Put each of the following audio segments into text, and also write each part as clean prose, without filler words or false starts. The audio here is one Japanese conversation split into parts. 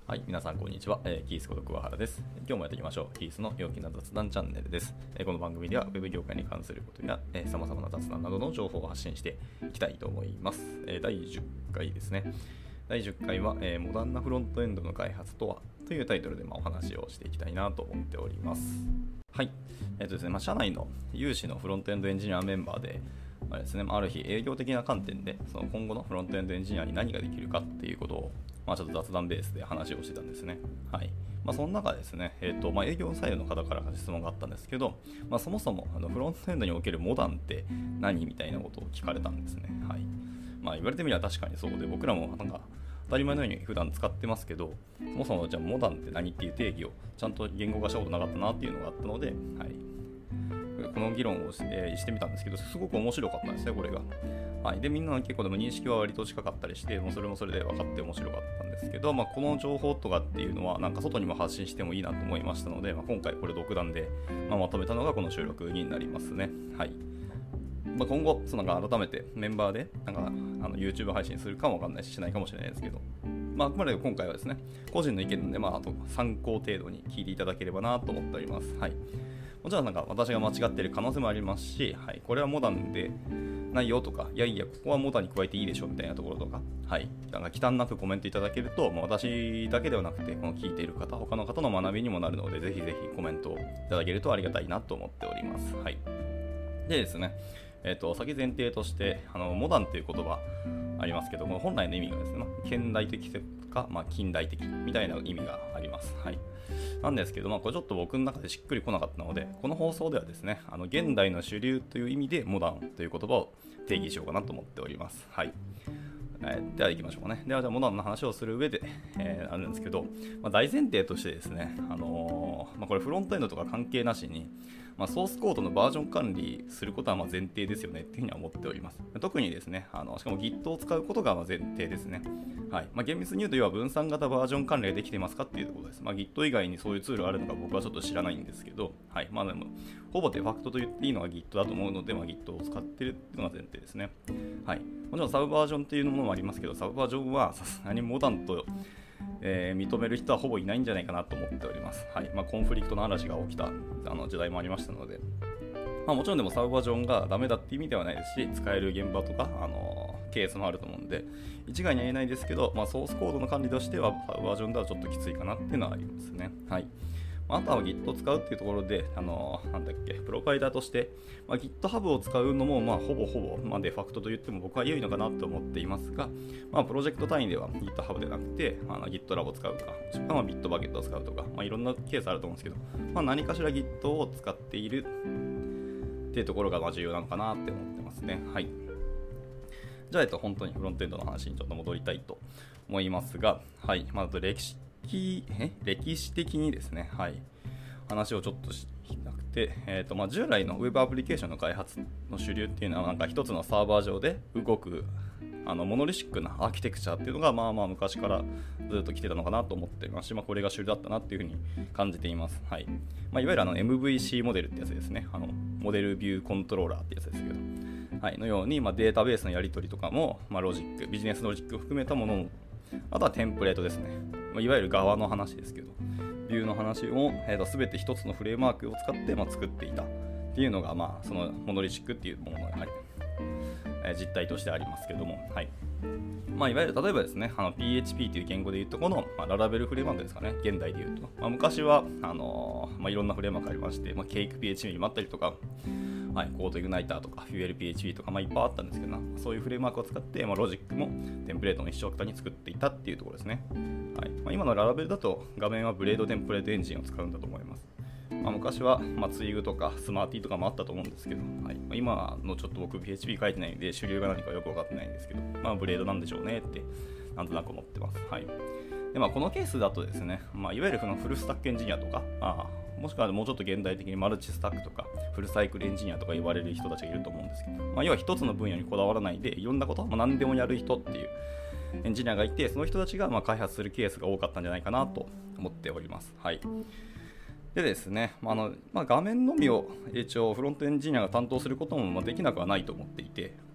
はい、皆さんこんにちは、キースこと桑原です。今日もやっていきましょう。キースの陽気な雑談チャンネルです。この番組では Web 業界に関することや様々な雑談などの情報を発信していきたいと思います。第10回ですね。第10回は、モダンなフロントエンドの開発とはというタイトルでお話をしていきたいなと思っております。はい。ですね、社内の有志のフロントエンドエンジニアメンバーで、ですね、ある日営業的な観点でその今後のフロントエンドエンジニアに何ができるかっていうことをちょっと雑談ベースで話をしてたんですね。はい。その中でですね、営業サイドの方から質問があったんですけど、そもそもフロントエンドにおけるモダンって何みたいなことを聞かれたんですね。はい。言われてみれば確かにそうで、僕らもなんか当たり前のように普段使ってますけど、そもそもじゃあモダンって何っていう定義をちゃんと言語化したことなかったなっていうのがあったので、はい。この議論をしてみたんですけど、すごく面白かったんですね、これが。はい。で、みんな結構でも認識は割と近かったりして、それもそれで分かって面白かったんですけど、この情報とかっていうのは、なんか外にも発信してもいいなと思いましたので、今回これ独断で、まとめたのがこの収録になりますね。はい。今後、改めてメンバーで、YouTube 配信するかもわかんないし、しないかもしれないですけど、あくまで今回はですね、個人の意見なんで、あと参考程度に聞いていただければなと思っております。はい。もちろん私が間違っている可能性もありますし、はい、これはモダンでないよとか、いやいや、ここはモダンに加えていいでしょみたいなところとか、はい、忌憚なくコメントいただけると、私だけではなくて、この聞いている方、他の方の学びにもなるので、ぜひぜひコメントをいただけるとありがたいなと思っております。はい。でですね、先前提として、モダンという言葉ありますけども、本来の意味がですね、現代的とか、近代的みたいな意味があります。はい。なんですけど、これちょっと僕の中でしっくりこなかったので、この放送ではですね、現代の主流という意味でモダンという言葉を定義しようかなと思っております。はい。では行きましょうかね。ではじゃあモダンの話をする上で、あるんですけど、大前提としてですね、これフロントエンドとか関係なしに、ソースコードのバージョン管理することは前提ですよねっていうふうには思っております。特にですね、しかも Git を使うことが前提ですね。はい。厳密に言うと、要は分散型バージョン管理ができていますかっていうところです。Git 以外にそういうツールがあるのか僕はちょっと知らないんですけど、はい。でも、ほぼデファクトと言っていいのは Git だと思うので、Git を使っているっていうのが前提ですね。はい。もちろんサブバージョンっていうものもありますけど、サブバージョンはさすがにモダンと認める人はほぼいないんじゃないかなと思っております。はい。コンフリクトの嵐が起きた時代もありましたので、もちろんでもサブバージョンがダメだっていう意味ではないですし、使える現場とか、ケースもあると思うんで、一概には言えないですけど、ソースコードの管理としてはサブバージョンではちょっときついかなっていうのはありますね。はい。あとは Git を使うっていうところで、プロバイダーとして、GitHub を使うのも、ほぼほぼ、デファクトと言っても僕は良いのかなと思っていますが、プロジェクト単位では GitHub でなくて、GitLab を使うか、もしくはBitbucket を使うとか、いろんなケースあると思うんですけど、何かしら Git を使っているっていうところが重要なのかなって思ってますね。はい。じゃあ、本当にフロントエンドの話にちょっと戻りたいと思いますが、はい。歴史的にですね、はい。話をちょっとしなくて、従来の Web アプリケーションの開発の主流っていうのは、一つのサーバー上で動く、モノリシックなアーキテクチャっていうのが、昔からずっと来てたのかなと思っていますし、これが主流だったなっていうふうに感じています。はい。いわゆるMVC モデルってやつですね。モデルビューコントローラーってやつですけど、はい。のように、データベースのやり取りとかも、ロジック、ビジネスロジックを含めたものも、あとはテンプレートですね。いわゆる側の話ですけど、ビューの話を、全て一つのフレームワークを使って、作っていたっていうのが、そのモノリシックっていうものの、実態としてありますけども、はい。いわゆる例えばですね、PHP という言語でいうとこの、ララベルフレームワークですかね、現代でいうと。昔は、いろんなフレームワークありまして、ケイク PHP もあったりとか、はい、コードイグナイターとか、フュエル PHP とか、いっぱいあったんですけどそういうフレームワークを使って、ロジックもテンプレートの一緒くたに作っていたっていうところですね。はい。今のララベルだと、画面はブレードテンプレートエンジンを使うんだと思います。昔は、ツイグとかスマーティーとかもあったと思うんですけど、はい。今のちょっと僕 PHP 書いてないんで、主流が何かよく分かってないんですけど、ブレードなんでしょうねって、なんとなく思ってます。はい。で、このケースだとですね、いわゆるフルスタックエンジニアとか、もしくはもうちょっと現代的にマルチスタックとか、フルサイクルエンジニアとか言われる人たちがいると思うんですけど、要は一つの分野にこだわらないで、いろんなこと、何でもやる人っていうエンジニアがいて、その人たちが開発するケースが多かったんじゃないかなと思っております。はい。でですね、画面のみを一応フロントエンジニアが担当することもできなくはないと思っていて、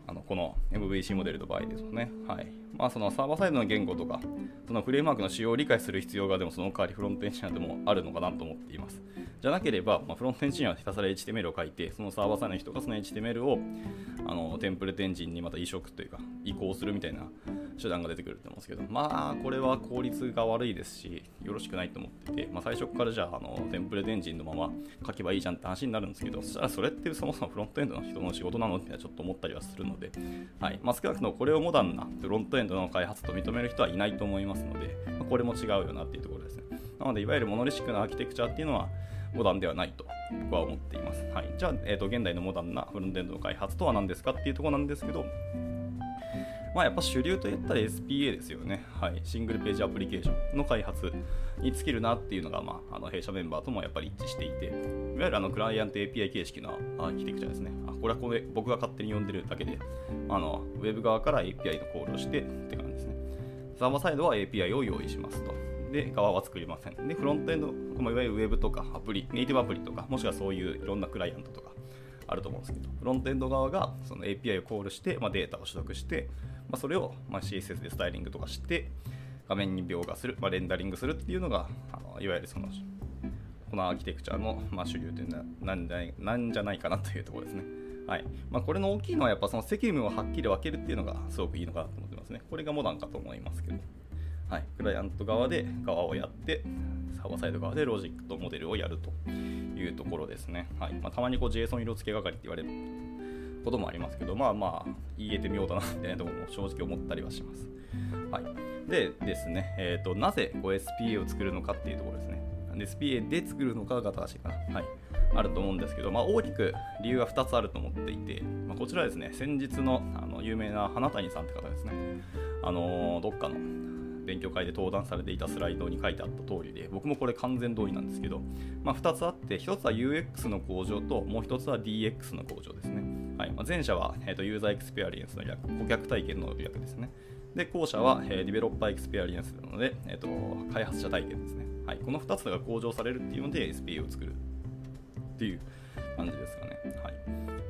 この MVC モデルの場合ですよね。はい。そのサーバーサイドの言語とか、そのフレームワークの仕様を理解する必要がでもその代わりフロントエンジニアでもあるのかなと思っています。じゃなければ、フロントエンジニアはひたすら HTML を書いて、そのサーバーサイドの人がその HTML をテンプレートエンジンにまた移植というか移行するみたいな手段が出てくると思うんですけど、これは効率が悪いですし、よろしくないと思ってて、最初からじゃあテンプレートエンジンのまま書けばいいじゃんって話になるんですけど、そしたらそれってそもそもフロントエンドの人の仕事なのってちょっと思ったりはするので、はい。少なくともこれをモダンなフロントエンドの開発と認める人はいないと思いますので、これも違うよなっていうところですね。なので、いわゆるモノリシックなアーキテクチャっていうのはモダンではないと僕は思っています。はい。じゃあ、現代のモダンなフロントエンドの開発とは何ですかっていうところなんですけど、やっぱ主流といったら SPA ですよね。はい。シングルページアプリケーションの開発に尽きるなっていうのが、弊社メンバーともやっぱり一致していて、いわゆるクライアント API 形式のアーキテクチャですね。これは僕が勝手に呼んでるだけで、ウェブ側から API のコールをしてって感じですね。サーバーサイドは API を用意しますと。で、側は作りません。で、フロントエンド、いわゆるウェブとかアプリ、ネイティブアプリとか、もしくはそういういろんなクライアントとかあると思うんですけど、フロントエンド側がその API をコールして、データを取得して、それをCSS でスタイリングとかして、画面に描画する、レンダリングするっていうのが、いわゆるこのアーキテクチャの主流というのはなんじゃないかなというところですね。はい。これの大きいのはやっぱその責務をはっきり分けるっていうのがすごくいいのかなと思ってますね。これがモダンかと思いますけど。はい。クライアント側で側をやって、サーバーサイド側でロジックとモデルをやるというところですね。はい。たまにJSON 色付け係って言われることもありますけど、言えて妙だなってねところも正直思ったりはします。はい。でですね、なぜSPA を作るのかっていうところですね。SPA で作るのかが正しいかな。はい。あると思うんですけど、大きく理由が2つあると思っていて、こちらですね、先日の有名な花谷さんって方ですね、どっかの勉強会で登壇されていたスライドに書いてあった通りで、僕もこれ完全同意なんですけど、2つあって、1つは UX の向上と、もう1つは DX の向上ですね。はい。前者は、ユーザーエクスペリエンスの略、顧客体験の略ですね。で、後者は、ディベロッパーエクスペリエンスなので、開発者体験ですね。はい。この2つが向上されるっていうので SPA を作るっていう感じですかね。はい。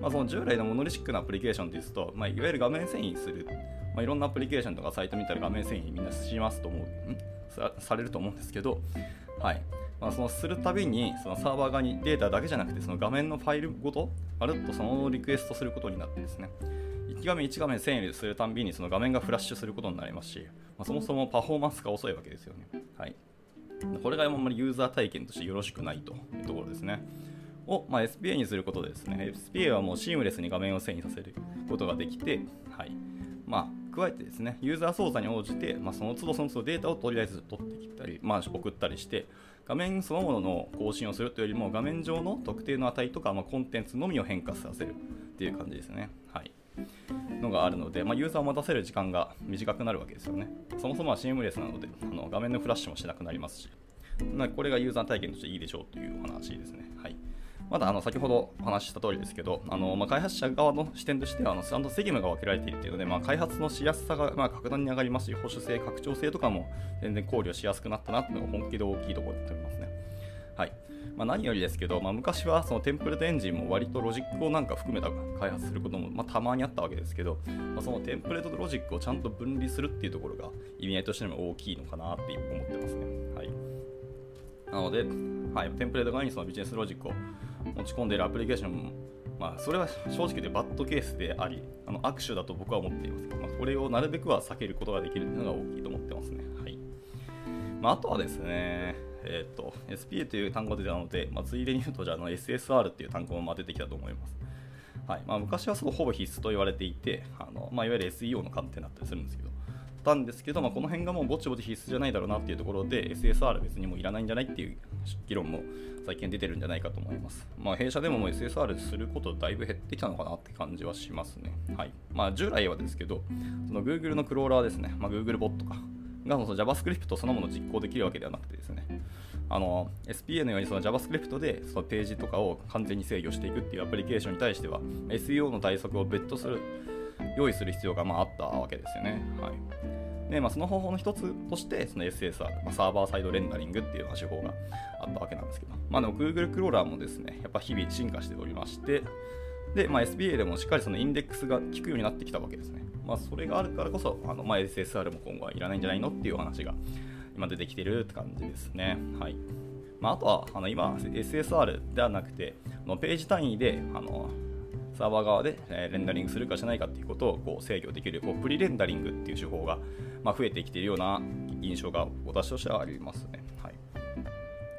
その従来のモノリシックなアプリケーションですと、いわゆる画面遷移する、いろんなアプリケーションとかサイト見たら画面遷移みんなしますとされると思うんですけど、はい。そのするたびにそのサーバー側にデータだけじゃなくてその画面のファイルごとまるっとそのリクエストすることになってですね、1画面1画面遷移するたびにその画面がフラッシュすることになりますし、そもそもパフォーマンスが遅いわけですよね。はい。これがあんまりユーザー体験としてよろしくないというところですね。SPA にすることでですね、SPA はもうシームレスに画面を遷移させることができて、はい。加えてですね、ユーザー操作に応じて、その都度その都度データをとりあえず取ってきたり、送ったりして、画面そのものの更新をするというよりも、画面上の特定の値とか、コンテンツのみを変化させるっていう感じですね。はい。のがあるので、ユーザーを待たせる時間が短くなるわけですよね。そもそもはシームレスなので、画面のフラッシュもしなくなりますし、これがユーザー体験としていいでしょうというお話ですね。はい。まだ先ほどお話しした通りですけど、開発者側の視点としてはちゃんと責務が分けられているというので、開発のしやすさが格段に上がりますし、保守性、拡張性とかも全然考慮しやすくなったなというのが本気で大きいところだと思いますね。はい。何よりですけど、昔はそのテンプレートエンジンも割とロジックを含めた開発することもたまにあったわけですけど、そのテンプレートとロジックをちゃんと分離するっていうところが意味合いとしても大きいのかなって思ってますね。はい。なので、はい、テンプレート側にそのビジネスロジックを持ち込んでいるアプリケーションも、それは正直でバッドケースであり、悪手だと僕は思っています。これをなるべくは避けることができるというのが大きいと思ってますね。はい。あとはですね、SPA という単語が出たので、ついでに言うと、じゃあSSR っていう単語も出てきたと思います。はい。昔はほぼ必須と言われていて、いわゆる SEO の観点だったりするんですけど、この辺がもうぼちぼち必須じゃないだろうなっていうところで SSR 別にもういらないんじゃないっていう議論も最近出てるんじゃないかと思います。弊社でももう SSR することだいぶ減ってきたのかなって感じはしますね。はい。従来はですけど、その Google のクローラーですね、Google ボットかがその JavaScript そのものを実行できるわけではなくてですね、SPA のようにその JavaScript でそのページとかを完全に制御していくっていうアプリケーションに対しては SEO の対策を別途用意する必要があったわけですよね。はい。で、その方法の一つとしてその SSR、サーバーサイドレンダリングっていう手法があったわけなんですけど、でも Google クローラーもですね、やっぱ日々進化しておりまして、 で、SPA でもしっかりそのインデックスが効くようになってきたわけですね。それがあるからこそ、SSR も今後はいらないんじゃないのっていう話が今出てきてるって感じですね。はい。あとは今 SSR ではなくてページ単位でサーバー側でレンダリングするかしないかっていうことをこう制御できるプリレンダリングっていう手法が増えてきているような印象が私としてはありますね。はい。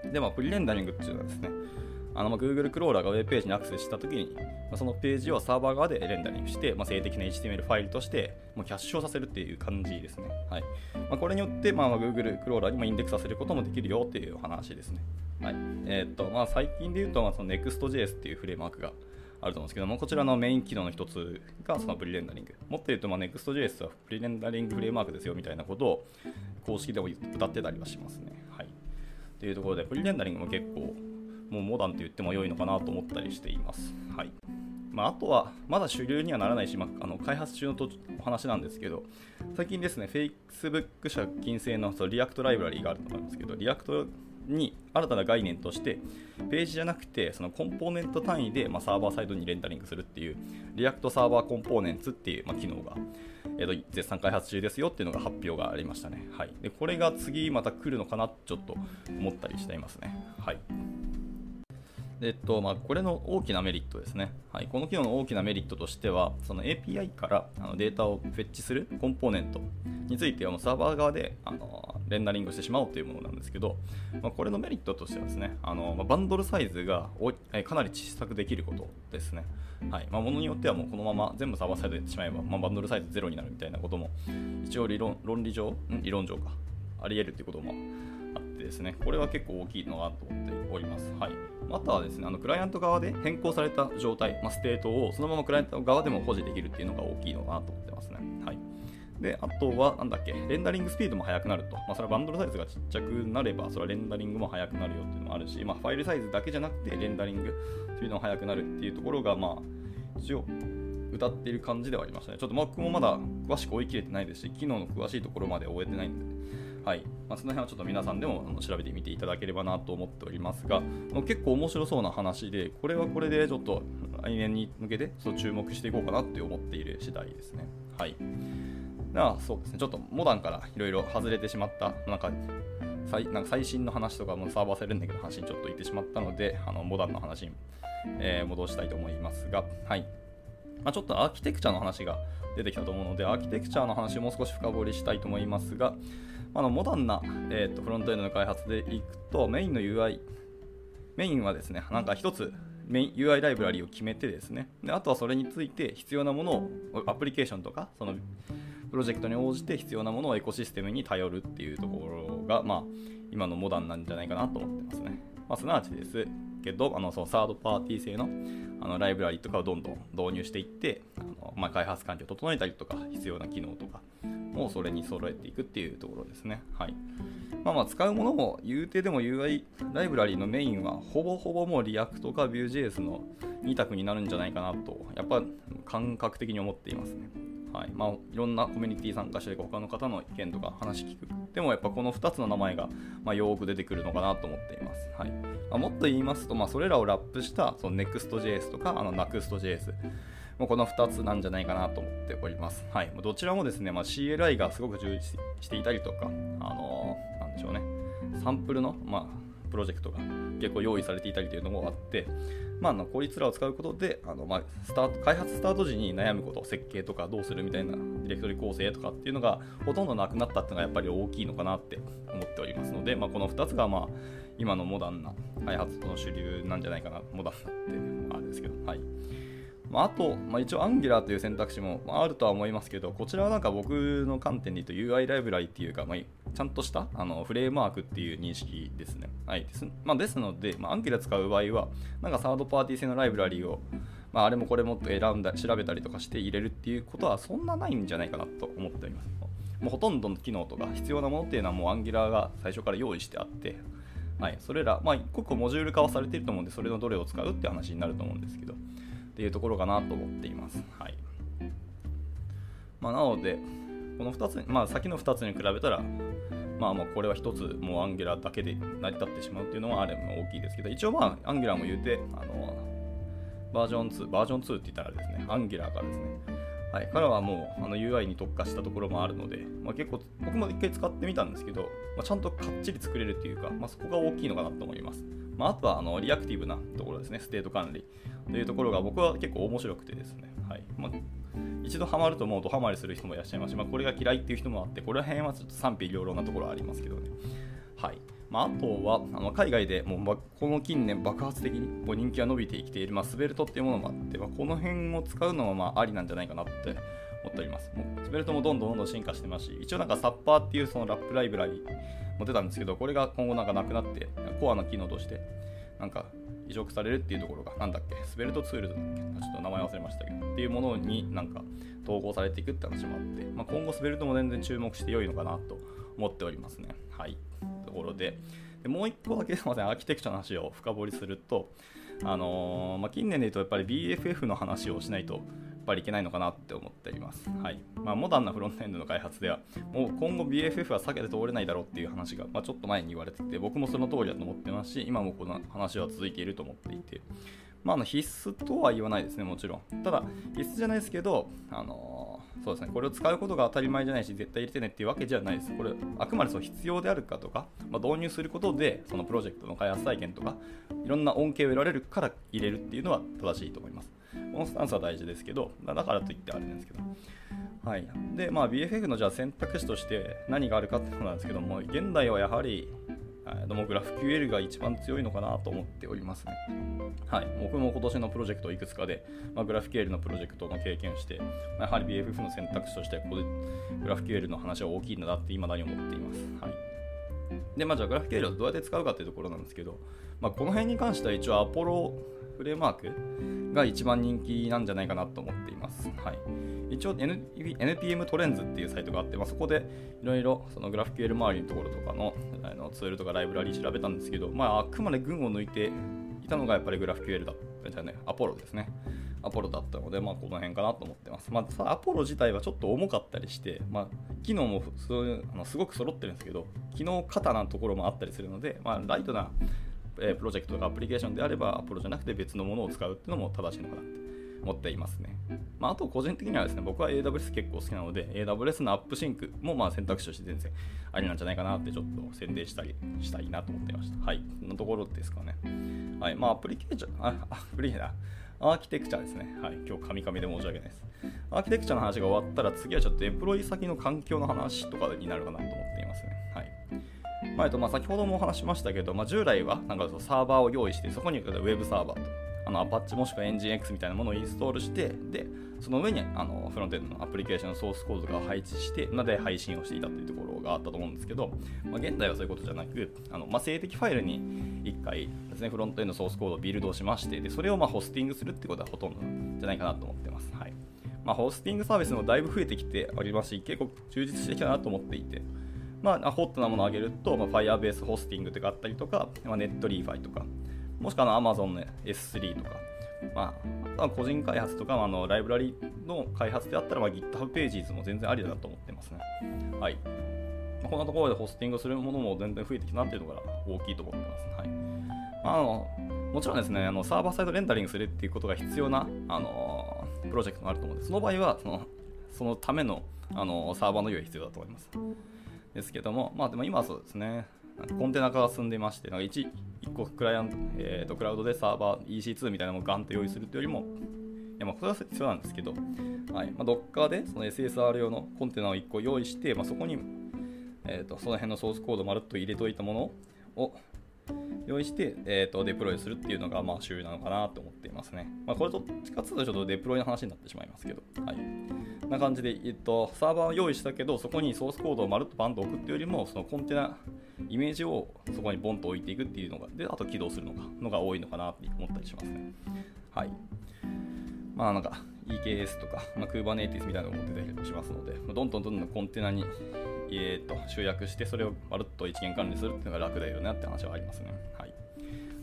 で、プリレンダリングっていうのはですね、Google クローラーがウェブページにアクセスしたときに、そのページをサーバー側でレンダリングして、静的な HTML ファイルとしてキャッシュをさせるっていう感じですね。はい。これによって、Google クローラーにもインデックスさせることもできるよっていう話ですね。はい。最近で言うと、その Next.js っていうフレームワークがあると思うんですけども、こちらのメイン機能の一つがそのプリレンダリング。もっと言うと、Next.js はプリレンダリングフレームワークですよみたいなことを公式でも歌ってたりはしますね。はい。というところで、プリレンダリングも結構、もうモダンと言っても良いのかなと思ったりしています。はい。あとは、まだ主流にはならないし、開発中のお話なんですけど、最近ですね、Facebook 社近製のリアクトライブラリーがあると思うんですけど、リアクトに新たな概念として、ページじゃなくて、そのコンポーネント単位で、サーバーサイドにレンダリングするっていう、リアクトサーバーコンポーネンツっていう、機能が、絶賛開発中ですよっていうのが発表がありましたね。はい。で、これが次また来るのかなちょっと思ったりしていますね。はい。これの大きなメリットですね。はい、この機能の大きなメリットとしては、その API からデータをフェッチするコンポーネントについてはもうサーバー側でレンダリングしてしまおうというものなんですけど、これのメリットとしてはですね、バンドルサイズがかなり小さくできることですね。はい。ものによってはもうこのまま全部サーバーサイドでやってしまえば、バンドルサイズゼロになるみたいなことも、一応理論上か、あり得るということもあってですね、これは結構大きいのかなと思っております。はい。あとはですね、クライアント側で変更された状態、ステートをそのままクライアント側でも保持できるっていうのが大きいのかなと思ってますね。はい。で、あとは、レンダリングスピードも速くなると。それはバンドルサイズがちっちゃくなれば、それはレンダリングも速くなるよっていうのもあるし、ファイルサイズだけじゃなくて、レンダリングスピードも速くなるっていうところが、一応、歌っている感じではありましたね。ちょっと僕もまだ詳しく追い切れてないですし、機能の詳しいところまで終えてないんで、はい。その辺はちょっと皆さんでも調べてみていただければなと思っておりますが、結構面白そうな話で、これはこれでちょっと来年に向けて注目していこうかなって思っている次第ですね。はい。そうですね、ちょっとモダンからいろいろ外れてしまった、最新の話とかもサーバーサイドレンダリングの話にちょっと言ってしまったので、モダンの話に、戻したいと思いますが、はい。ちょっとアーキテクチャの話が出てきたと思うので、アーキテクチャの話をもう少し深掘りしたいと思いますが、モダンな、フロントエンドの開発でいくと、メインの UI、メインはですね、一つメイン UI ライブラリを決めてですね、であとはそれについて必要なものを、アプリケーションとか、そのプロジェクトに応じて必要なものをエコシステムに頼るっていうところが、今のモダンなんじゃないかなと思ってますね。すなわちですけど、そのサードパーティー製のライブラリとかをどんどん導入していって開発環境を整えたりとか必要な機能とかをそれに揃えていくっていうところですね。はい。使うものも言うてでも UI ライブラリのメインはほぼほぼもう React か Vue.js の2択になるんじゃないかなとやっぱ感覚的に思っていますね。はい。いろんなコミュニティ参加してる他の方の意見とか話聞く。でもやっぱこの2つの名前がよく出てくるのかなと思っています。はい。もっと言いますと、それらをラップしたその Next.js とかNext.js、もうこの2つなんじゃないかなと思っております。はい。どちらもですね、CLI がすごく充実していたりとか、なんでしょうね、サンプルの、プロジェクトが結構用意されていたりというのもあって、こいつらを使うことで、開発スタート時に悩むこと、設計とかどうするみたいなディレクトリ構成とかっていうのがほとんどなくなったっていうのがやっぱり大きいのかなって思っておりますので、この2つが今のモダンな開発の主流なんじゃないかな、モダンなってあれですけど、はい。あと、一応 Angular という選択肢もあるとは思いますけど、こちらは僕の観点で言うと UI ライブラリっていうか、ちゃんとしたフレームワークっていう認識ですね。はい。ですので、Angular 使う場合は、サードパーティー製のライブラリを、あれもこれも調べたりとかして入れるっていうことはそんなないんじゃないかなと思っております。もうほとんどの機能とか必要なものっていうのはもう Angular が最初から用意してあって、はい。それら、一個一個モジュール化はされていると思うんで、それのどれを使うって話になると思うんですけど、っていうところかなと思っています。はい。なので、この2つ、先の2つに比べたら、これは1つ、もう Angular だけで成り立ってしまうっていうのはあれも大きいですけど、一応Angular も言うて、 バージョン2って言ったらあれですね、Angular からですね。はい、からはもうUI に特化したところもあるので、結構僕も一回使ってみたんですけど、ちゃんとかっちり作れるっていうか、そこが大きいのかなと思います。あとはリアクティブなところですね、ステート管理というところが僕は結構面白くてですね、はい、一度ハマるともうドハマりする人もいらっしゃいますし、これが嫌いっていう人もあって、これら辺はちょっと賛否両論なところはありますけどね。はい。あとは海外でもうこの近年爆発的に人気が伸びてきている、スベルトっていうものもあって、この辺を使うのはありなんじゃないかなって思っております。もうスベルトもどんどん進化してますし、一応サッパーっていうそのラップライブラリも出たんですけど、これが今後なくなってコアな機能として移植されるっていうところがスベルトツールズだっけ、ちょっと名前忘れましたけどっていうものに統合されていくって話もあって、今後スベルトも全然注目して良いのかなと思っておりますね。はい。ところでもう一個だけすみません、アーキテクチャの話を深掘りすると、近年で言うとやっぱり BFF の話をしないとやっぱりいけないのかなって思っております。はい。モダンなフロントエンドの開発ではもう今後 BFF は避けて通れないだろうっていう話が、ちょっと前に言われてて、僕もその通りだと思ってますし、今もこの話は続いていると思っていて、必須とは言わないですね、もちろん。ただ必須じゃないですけど、そうですね、これを使うことが当たり前じゃないし絶対入れてねっていうわけじゃないです。これあくまでその必要であるかとか、導入することでそのプロジェクトの開発体験とかいろんな恩恵を得られるから入れるっていうのは正しいと思います。このスタンスは大事ですけど、だからといってあれなんですけど、はい。で、BFF のじゃあ選択肢として何があるかってことなんですけども、現代はやはりグラフ QL が一番強いのかなと思っておりますね。はい、僕も今年のプロジェクトいくつかで、グラフ QL のプロジェクトの経験をして、やはり BFF の選択肢としてここでグラフ QL の話は大きいんだなって未だに思っています。はい。で、じゃあグラフ QL をどうやって使うかっていうところなんですけど、この辺に関しては一応アポロフレームワークが一番人気なんじゃないかなと思っています。はい。一応 NPM トレンズっていうサイトがあって、そこでいろいろそのグラフ QL 周りのところとかのツールとかライブラリ調べたんですけど、あくまで群を抜いていたのがやっぱりグラフ QL だったじゃね、アポロですね。アポロだったので、この辺かなと思ってます。アポロ自体はちょっと重かったりして、機能もすごく揃ってるんですけど、機能過多なところもあったりするので、ライトなプロジェクトとかアプリケーションであればアポロじゃなくて別のものを使うっていうのも正しいのかなって思っていますね。あと個人的にはですね、僕は AWS 結構好きなので AWS のアップシンクも選択肢として全然ありなんじゃないかなってちょっと宣伝したいなと思っていました。はい、こんなところですかね。はい、アプリケーションアーキテクチャですね。はい、今日カミカミで申し訳ないです。アーキテクチャの話が終わったら次はちょっとデプロイ先の環境の話とかになるかなと思っていますね。はい。先ほどもお話しましたけど、従来はサーバーを用意して、そこにウェブサーバーとアパッチもしくは NGINX みたいなものをインストールして、でその上にフロントエンドのアプリケーションのソースコードとかを配置してで配信をしていたというところがあったと思うんですけど、現在はそういうことじゃなく、静的ファイルに1回ですね、フロントエンドのソースコードをビルドをしまして、でそれをホスティングするってことはほとんどじゃないかなと思ってます。はい。ホスティングサービスもだいぶ増えてきておりますし、結構充実してきたなと思っていて、ホットなものを挙げると、Firebase ホスティングとかあったりとか、Netlify とか、もしくはAmazon の S3 とか、あとは個人開発とか、ライブラリの開発であったら、GitHub Pages も全然ありだなと思ってますね。はい。こんなところでホスティングするものも全然増えてきたなっていうのが大きいと思ってます。はい。もちろんですね、サーバーサイドレンダリングするっていうことが必要な、プロジェクトがあると思うんです。その場合は、そのための、サーバーの用意が必要だと思います。ですけども、でも今はそうですね、コンテナ化が進んでいまして、1個クライアント、クラウドでサーバー EC2 みたいなのをガンと用意するというよりも、これは必要なんですけど、はい。Docker でその SSR 用のコンテナを1個用意して、そこに、その辺のソースコードをまるっと入れといたものを用意して、デプロイするっていうのが主流なのかなと思っていますね。これどっちかというとちょっとデプロイの話になってしまいますけど、はい。こんな感じで、サーバーを用意したけど、そこにソースコードをまるっとバンと置くっていうよりも、そのコンテナ、イメージをそこにボンと置いていくっていうのが、で、あと起動するのが多いのかなって思ったりしますね。はい。EKS とか、Kubernetes みたいなのを持ってたりもしますので、どんどんコンテナに、集約して、それをまるっと一元管理するっていうのが楽だよねって話はありますね。はい。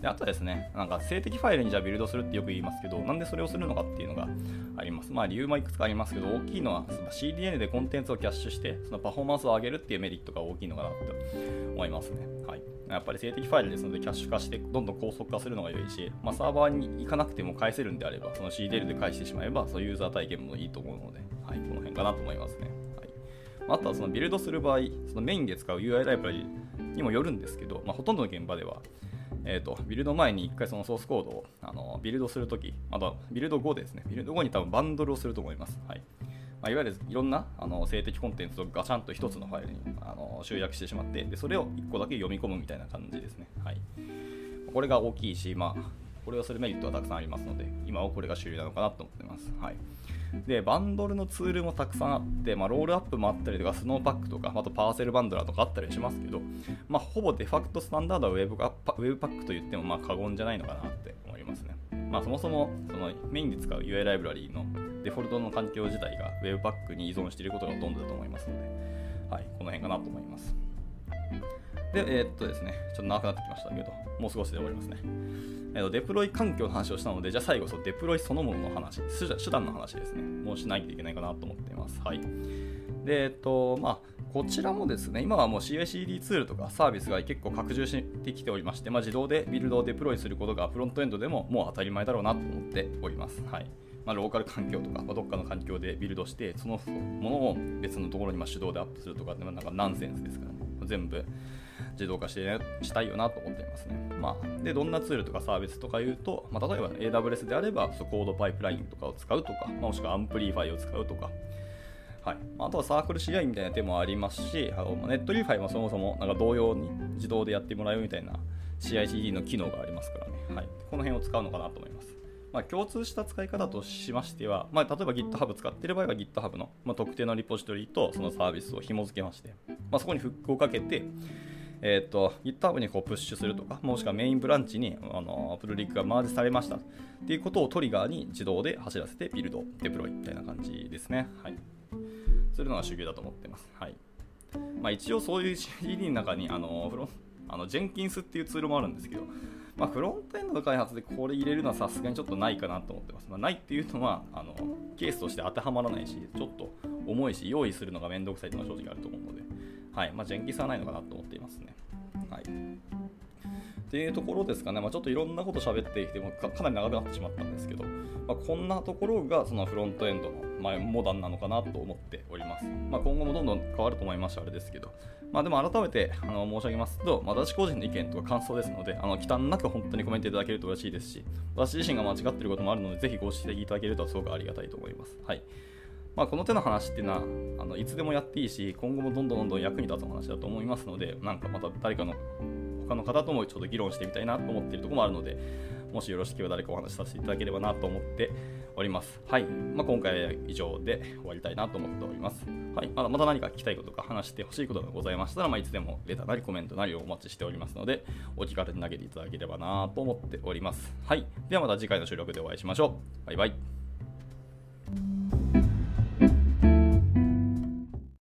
であとですね、なんか静的ファイルにじゃあビルドするってよく言いますけど、なんでそれをするのかっていうのがあります。理由もいくつかありますけど、大きいのはその CDN でコンテンツをキャッシュして、そのパフォーマンスを上げるっていうメリットが大きいのかなと思いますね。はい。やっぱり静的ファイルですので、キャッシュ化してどんどん高速化するのが良いし、サーバーに行かなくても返せるんであれば、その CDN で返してしまえば、そのユーザー体験もいいと思うので、はい、この辺かなと思いますね。はい。あとはそのビルドする場合、そのメインで使う UI ライブラリにもよるんですけど、ほとんどの現場では、ビルド前に1回そのソースコードをビルドするとき、あとはビルド後ですね、ビルド後に多分バンドルをすると思います。はい。いわゆるいろんな静的コンテンツをガチャンと1つのファイルに集約してしまって、でそれを1個だけ読み込むみたいな感じですね。はい。これが大きいし、これをするメリットはたくさんありますので、今はこれが主流なのかなと思っています。はい。で、バンドルのツールもたくさんあって、ロールアップもあったりとか、スノーパックとか、あとパーセルバンドラーとかあったりしますけど、ほぼデファクトスタンダードはウェブパックと言っても過言じゃないのかなって思いますね。そもそもそのメインで使う UI ライブラリーのデフォルトの環境自体が Webpack に依存していることがほとんどだと思いますので、はい、この辺かなと思います。で、ですね、ちょっと長くなってきましたけど、もう少しで終わりますね。デプロイ環境の話をしたので、じゃあ最後、デプロイそのものの話、手段の話ですね、もうしないといけないかなと思っています。はい。で、こちらもですね、今はもう CI/CD ツールとかサービスが結構拡充してきておりまして、自動でビルドをデプロイすることがフロントエンドでももう当たり前だろうなと思っております。はい。ローカル環境とか、どっかの環境でビルドして、そのものを別のところに手動でアップするとかって、ナンセンスですからね。全部自動化したいよなと思っていますね。で、どんなツールとかサービスとかいうと、例えば AWS であれば、コードパイプラインとかを使うとか、もしくはアンプリファイを使うとか、はい。あとはサークル CI みたいな手もありますし、ネットリファイもそもそも同様に自動でやってもらうみたいな CI/CD の機能がありますからね。はい。この辺を使うのかなと思います。共通した使い方としましては、例えば GitHub 使っている場合は GitHub の、特定のリポジトリとそのサービスを紐付けまして、そこにフックをかけて、GitHub にプッシュするとか、もしくはメインブランチにプルリックがマージされましたっていうことをトリガーに自動で走らせてビルド、デプロイみたいな感じですね。はい。するのが主流だと思っています。はい。一応そういう CD の中にジェンキンスっていうツールもあるんですけど、フロントエンドの開発でこれ入れるのはさすがにちょっとないかなと思ってます。ないっていうのはケースとして当てはまらないし、ちょっと重いし、用意するのがめんどくさいというのは正直あると思うので、はい。ジェンキンスはないのかなと思っていますね。はい。っていうところですかね。ちょっといろんなこと喋ってきても かなり長くなってしまったんですけど、こんなところがそのフロントエンドのモダンなのかなと思っております。今後もどんどん変わると思いますし、あれですけど、でも改めて申し上げますと、私個人の意見とか感想ですので、忌憚なく本当にコメントいただけると嬉しいですし、私自身が間違っていることもあるので、ぜひご指摘いただけるとすごくありがたいと思います。はい。この手の話っていうのはいつでもやっていいし、今後もどんどん役に立つお話だと思いますので、また誰かの他の方ともちょっと議論してみたいなと思っているところもあるので、もしよろしければ誰かお話しさせていただければなと思っております。はい。今回は以上で終わりたいなと思っております。はい。また何か聞きたいこととか話してほしいことがございましたら、いつでもレターなりコメントなりをお待ちしておりますので、お気軽に投げていただければなと思っております。はい。ではまた次回の収録でお会いしましょう。バイバイ。